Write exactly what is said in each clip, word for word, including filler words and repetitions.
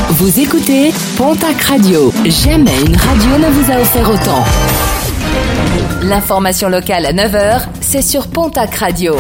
Vous écoutez Pontac Radio. Jamais une radio ne vous a offert autant. L'information locale à neuf heures, c'est sur Pontac Radio.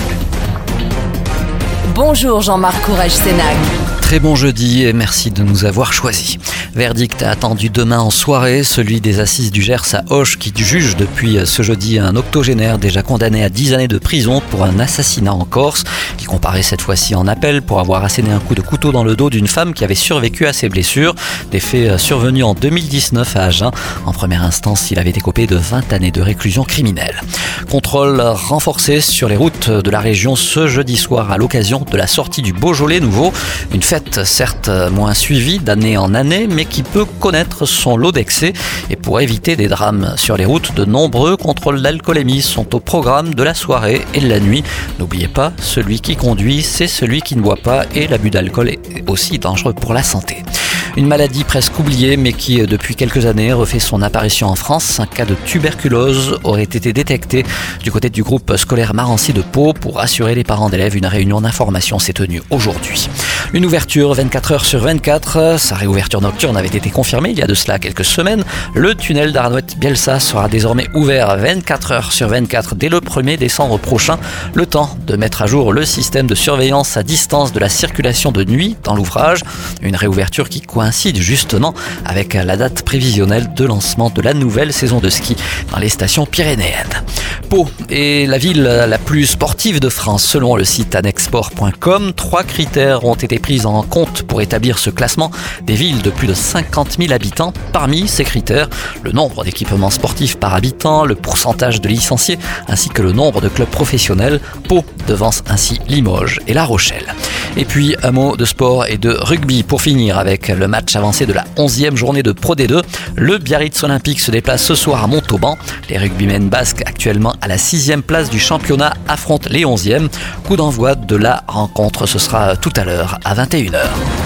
Bonjour Jean-Marc Courage-Sénac. Très bon jeudi et merci de nous avoir choisis. Verdict attendu demain en soirée, celui des assises du Gers à Auch qui juge depuis ce jeudi un octogénaire déjà condamné à dix années de prison pour un assassinat en Corse, qui comparaît cette fois-ci en appel pour avoir asséné un coup de couteau dans le dos d'une femme qui avait survécu à ses blessures. Des faits survenus en deux mille dix-neuf à Agen. En première instance, il avait écopé de vingt années de réclusion criminelle. Contrôle renforcé sur les routes de la région ce jeudi soir à l'occasion de la sortie du Beaujolais nouveau. Une fête certes moins suivie d'année en année, mais qui peut connaître son lot d'excès. Et pour éviter des drames sur les routes, de nombreux contrôles d'alcoolémie sont au programme de la soirée et de la nuit. N'oubliez pas, celui qui conduit, c'est celui qui ne boit pas, et l'abus d'alcool est aussi dangereux pour la santé. Une maladie presque oubliée, mais qui, depuis quelques années, refait son apparition en France. Un cas de tuberculose aurait été détecté du côté du groupe scolaire Marency de Pau. Pour rassurer les parents d'élèves, une réunion d'information s'est tenue aujourd'hui. Une ouverture vingt-quatre heures sur vingt-quatre. Sa réouverture nocturne avait été confirmée il y a de cela quelques semaines. Le tunnel d'Arnouët-Bielsa sera désormais ouvert vingt-quatre heures sur vingt-quatre dès le premier décembre prochain. Le temps de mettre à jour le système de surveillance à distance de la circulation de nuit dans l'ouvrage. Une réouverture qui coïncide justement avec la date prévisionnelle de lancement de la nouvelle saison de ski dans les stations pyrénéennes. Pau est la ville la plus sportive de France selon le site annexport point com. Trois critères ont été pris en compte pour établir ce classement des villes de plus de cinquante mille habitants. Parmi ces critères, le nombre d'équipements sportifs par habitant, le pourcentage de licenciés ainsi que le nombre de clubs professionnels. Pau devance ainsi Limoges et La Rochelle. Et puis un mot de sport et de rugby pour finir avec le match avancé de la onzième journée de Pro D deux. Le Biarritz Olympique se déplace ce soir à Montauban. Les rugbymen basques, actuellement à la sixième place du championnat, affrontent les onzièmes. Coup d'envoi de la rencontre, ce sera tout à l'heure à vingt et une heures.